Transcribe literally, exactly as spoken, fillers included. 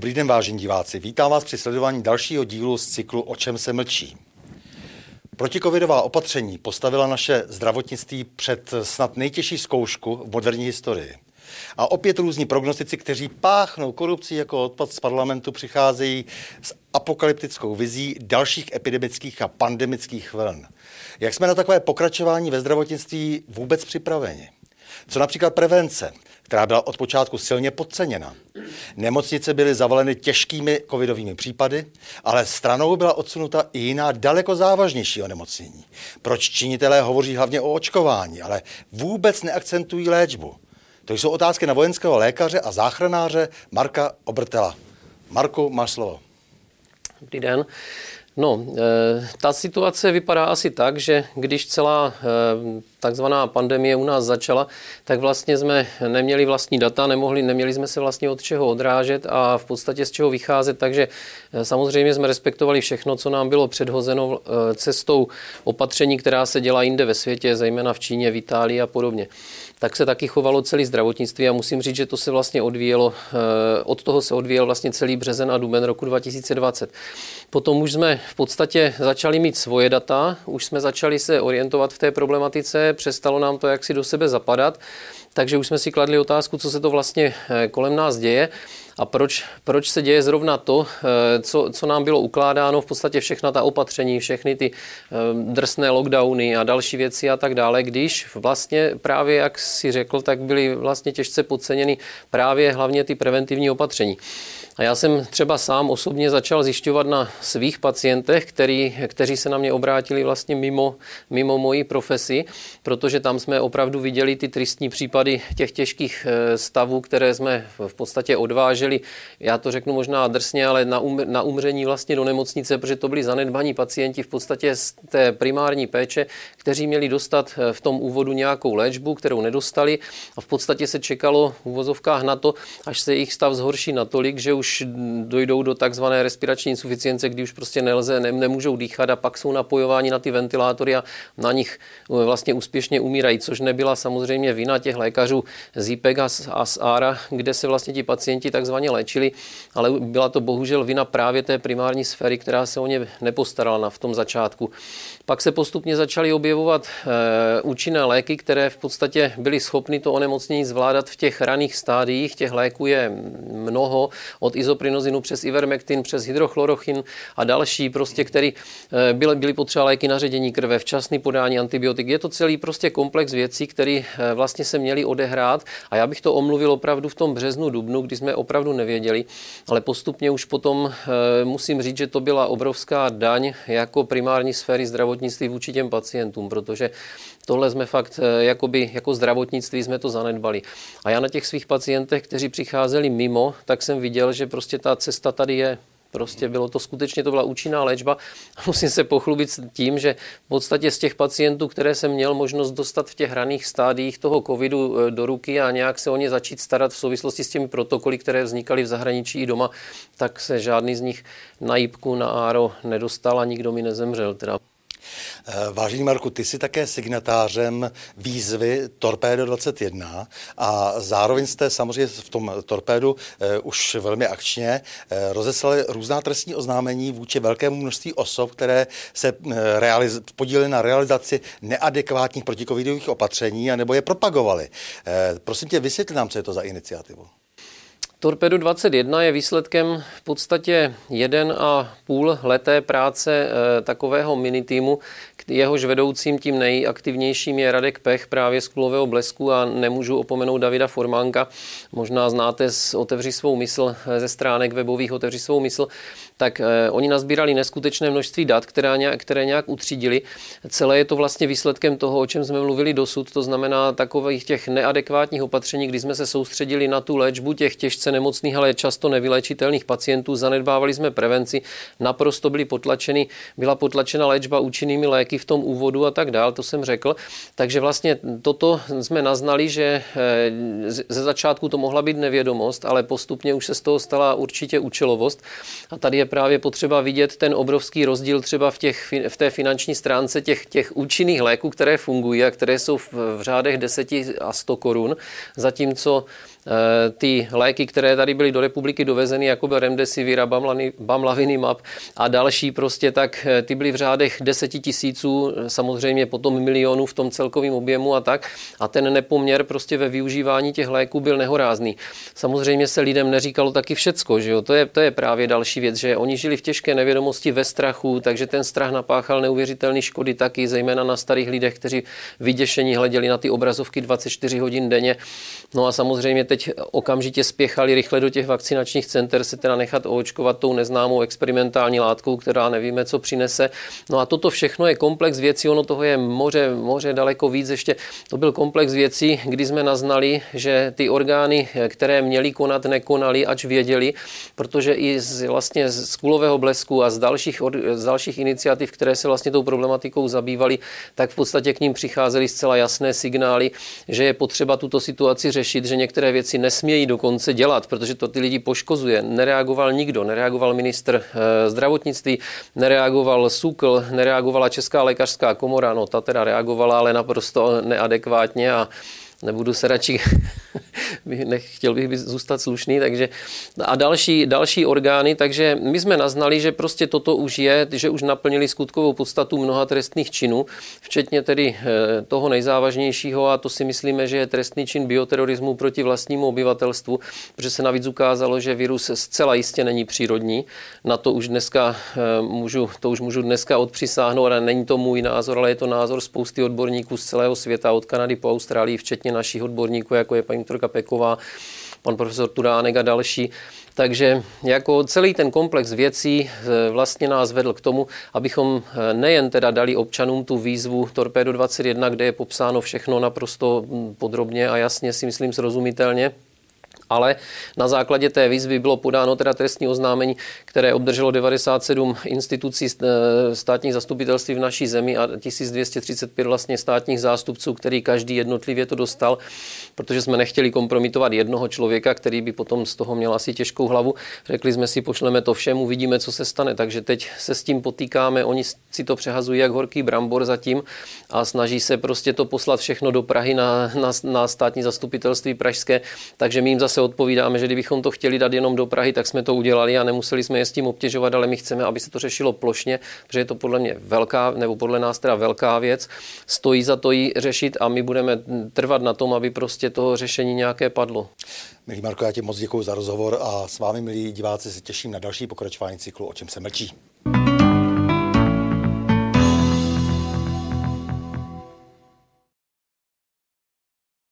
Dobrý den, vážení diváci. Vítám vás při sledování dalšího dílu z cyklu O čem se mlčí. Protikovidová opatření postavila naše zdravotnictví před snad nejtěžší zkoušku v moderní historii. A opět různí prognostici, kteří páchnou korupcí jako odpad z parlamentu, přicházejí s apokalyptickou vizí dalších epidemických a pandemických vln. Jak jsme na takové pokračování ve zdravotnictví vůbec připraveni? Co například prevence, která byla od počátku silně podceněna? Nemocnice byly zavaleny těžkými covidovými případy, ale stranou byla odsunuta i jiná daleko závažnější onemocnění. Proč činitelé hovoří hlavně o očkování, ale vůbec neakcentují léčbu? To jsou otázky na vojenského lékaře a záchranáře Marka Obertela. Marku, máš slovo. Dobrý den. No, e, ta situace vypadá asi tak, že když celá e, takzvaná pandemie u nás začala, tak vlastně jsme neměli vlastní data, nemohli, neměli jsme se vlastně od čeho odrážet a v podstatě z čeho vycházet, takže e, samozřejmě jsme respektovali všechno, co nám bylo předhozeno e, cestou opatření, která se dělá jinde ve světě, zejména v Číně, v Itálii a podobně. Tak se taky chovalo celé zdravotnictví a musím říct, že to se vlastně odvíjelo, od toho se odvíjel vlastně celý březen a duben roku dva tisíce dvacet. Potom už jsme v podstatě začali mít svoje data, už jsme začali se orientovat v té problematice, přestalo nám to jaksi do sebe zapadat, takže už jsme si kladli otázku, co se to vlastně kolem nás děje. A proč, proč se děje zrovna to, co, co nám bylo ukládáno, v podstatě všechna ta opatření, všechny ty drsné lockdowny a další věci a tak dále, když vlastně právě, jak si řekl, tak byly vlastně těžce podceněny právě hlavně ty preventivní opatření. A já jsem třeba sám osobně začal zjišťovat na svých pacientech, který, kteří se na mě obrátili vlastně mimo, mimo moji profesi, protože tam jsme opravdu viděli ty tristní případy těch těžkých stavů, které jsme v podstatě odváželi. Já to řeknu možná drsně, ale na, um, na umření vlastně do nemocnice, protože to byli zanedbaní pacienti v podstatě z té primární péče, kteří měli dostat v tom úvodu nějakou léčbu, kterou nedostali a v podstatě se čekalo v uvozovkách na to, až se jejich stav zhorší natolik, že už dojdou do takzvané respirační insuficience, kdy už prostě nelze, ne, nemůžou dýchat a pak jsou napojováni na ty ventilátory a na nich vlastně úspěšně umírají, což nebyla samozřejmě vina těch lékařů z í pé é cé a z á er á, kde se vlastně ti pacienti takzvaně léčili, ale byla to bohužel vina právě té primární sféry, která se o ně nepostarala v tom začátku. Pak se postupně začaly objevovat e, účinné léky, které v podstatě byly schopny to onemocnění zvládat v těch raných stádiích. Těch léků je mnoho, od izoprinozinu přes ivermektin, přes hydrochlorochin a další, prostě, který e, byly, byly potřeba léky na ředění krve, včasné podání antibiotik. Je to celý prostě komplex věcí, které e, vlastně se měly odehrát a já bych to omluvil opravdu v tom březnu, dubnu, kdy jsme opravdu nevěděli, ale postupně už potom e, musím říct, že to byla obrovská daň jako primární sféry zdravotnictví vůči těm pacientům, protože tohle jsme fakt jakoby, jako zdravotnictví jsme to zanedbali. A já na těch svých pacientech, kteří přicházeli mimo, tak jsem viděl, že prostě ta cesta tady je. Prostě bylo to skutečně, to byla účinná léčba. Musím se pochlubit s tím, že v podstatě z těch pacientů, které jsem měl možnost dostat v těch raných stádiích toho covidu do ruky a nějak se o ně začít starat v souvislosti s těmi protokoly, které vznikaly v zahraničí i doma, tak se žádný z nich na jípku, na áro nedostal a nikdo mi nezemřel. Teda. Vážený Marku, ty jsi také signatářem výzvy Torpédo dvacet jedna a zároveň jste samozřejmě v tom Torpédu eh, už velmi akčně eh, rozeslali různá trestní oznámení vůči velkému množství osob, které se eh, realiz- podílely na realizaci neadekvátních protikovidových opatření anebo je propagovaly. Eh, prosím tě, vysvětli nám, co je to za iniciativu. Torpédo dvacet jedna je výsledkem v podstatě jeden a půl leté práce e, takového minitýmu, jehož vedoucím tím nejaktivnějším je Radek Pech právě z Kulového Blesku a nemůžu opomenout Davida Formánka. Možná znáte z Otevři svou mysl, ze stránek webových Otevři svou mysl. Tak e, oni nazbírali neskutečné množství dat, která nějak, které nějak utřídili. Celé je to vlastně výsledkem toho, o čem jsme mluvili dosud, to znamená takových těch neadekvátních opatření, kdy jsme se soustředili na tu léčbu těch těžce nemocných, ale často nevyléčitelných pacientů, zanedbávali jsme prevenci, naprosto byly potlačeny, byla potlačena léčba účinnými léky v tom úvodu a tak dál, to jsem řekl. Takže vlastně toto jsme naznali, že ze začátku to mohla být nevědomost, ale postupně už se z toho stala určitě účelovost. A tady je je právě potřeba vidět ten obrovský rozdíl třeba v, těch, v té finanční stránce těch, těch účinných léků, které fungují a které jsou v, v řádech deset a sto korun, zatímco ty léky, které tady byly do republiky dovezeny, jako byl Remdesivir a Bamlanivimab a další prostě, tak ty byly v řádech deseti tisíců, samozřejmě potom milionů v tom celkovém objemu a tak. A ten nepoměr prostě ve využívání těch léků byl nehorázný. Samozřejmě se lidem neříkalo taky všecko, že jo? To je, to je právě další věc, že oni žili v těžké nevědomosti, ve strachu, takže ten strach napáchal neuvěřitelné škody taky, zejména na starých lidech, kteří vyděšení hleděli na ty obrazovky dvacet čtyři hodin denně. No a samozřejmě teď okamžitě spěchali rychle do těch vakcinačních center se teda nechat oočkovat tou neznámou experimentální látkou, která nevíme, co přinese. No a toto všechno je komplex věcí, ono toho je moře, moře daleko víc ještě. To byl komplex věcí, kdy jsme naznali, že ty orgány, které měly konat, nekonali, ač věděli, protože i z, vlastně z Kulového blesku a z dalších, z dalších iniciativ, které se vlastně tou problematikou zabývaly, tak v podstatě k ním přicházely zcela jasné signály, že je potřeba tuto situaci řešit, že některé věci nesmějí dokonce dělat, protože to ty lidi poškozuje. Nereagoval nikdo, nereagoval ministr e, zdravotnictví, nereagoval SÚKL, nereagovala Česká lékařská komora, no ta teda reagovala, ale naprosto neadekvátně a nebudu se radši, nechtěl bych zůstat slušný, takže a další, další orgány, takže my jsme naznali, že prostě toto už je, že už naplnili skutkovou podstatu mnoha trestných činů, včetně tedy toho nejzávažnějšího a to si myslíme, že je trestný čin bioterorismu proti vlastnímu obyvatelstvu, protože se navíc ukázalo, že virus zcela jistě není přírodní, na to už dneska můžu, to už můžu dneska odpřisáhnout, ale není to můj názor, ale je to názor spousty odborníků z celého světa, od Kanady po Austrálii, včetně našich odborníků, jako je paní doktorka Peková, pan profesor Turánek a další. Takže jako celý ten komplex věcí vlastně nás vedl k tomu, abychom nejen teda dali občanům tu výzvu Torpédo dvacet jedna, kde je popsáno všechno naprosto podrobně a jasně si myslím srozumitelně, ale na základě té výzvy bylo podáno teda trestní oznámení, které obdrželo devadesát sedm institucí státních zastupitelství v naší zemi a tisíc dvě stě třicet pět vlastně státních zástupců, který každý jednotlivě to dostal, protože jsme nechtěli kompromitovat jednoho člověka, který by potom z toho měl asi těžkou hlavu. Řekli jsme si, pošleme to všem, uvidíme, co se stane. Takže teď se s tím potýkáme, oni si to přehazují jak horký brambor zatím a snaží se prostě to poslat všechno do Prahy na, na, na státní zastupitelství pražské, takže my jim zase odpovídáme, že kdybychom to chtěli dát jenom do Prahy, tak jsme to udělali a nemuseli jsme je s tím obtěžovat, ale my chceme, aby se to řešilo plošně, protože je to podle mě velká, nebo podle nás teda velká věc, stojí za to ji řešit a my budeme trvat na tom, aby prostě toho řešení nějaké padlo. Milý Marko, já ti moc děkuji za rozhovor a s vámi, milí diváci, se těším na další pokračování cyklu O čem se mlčí.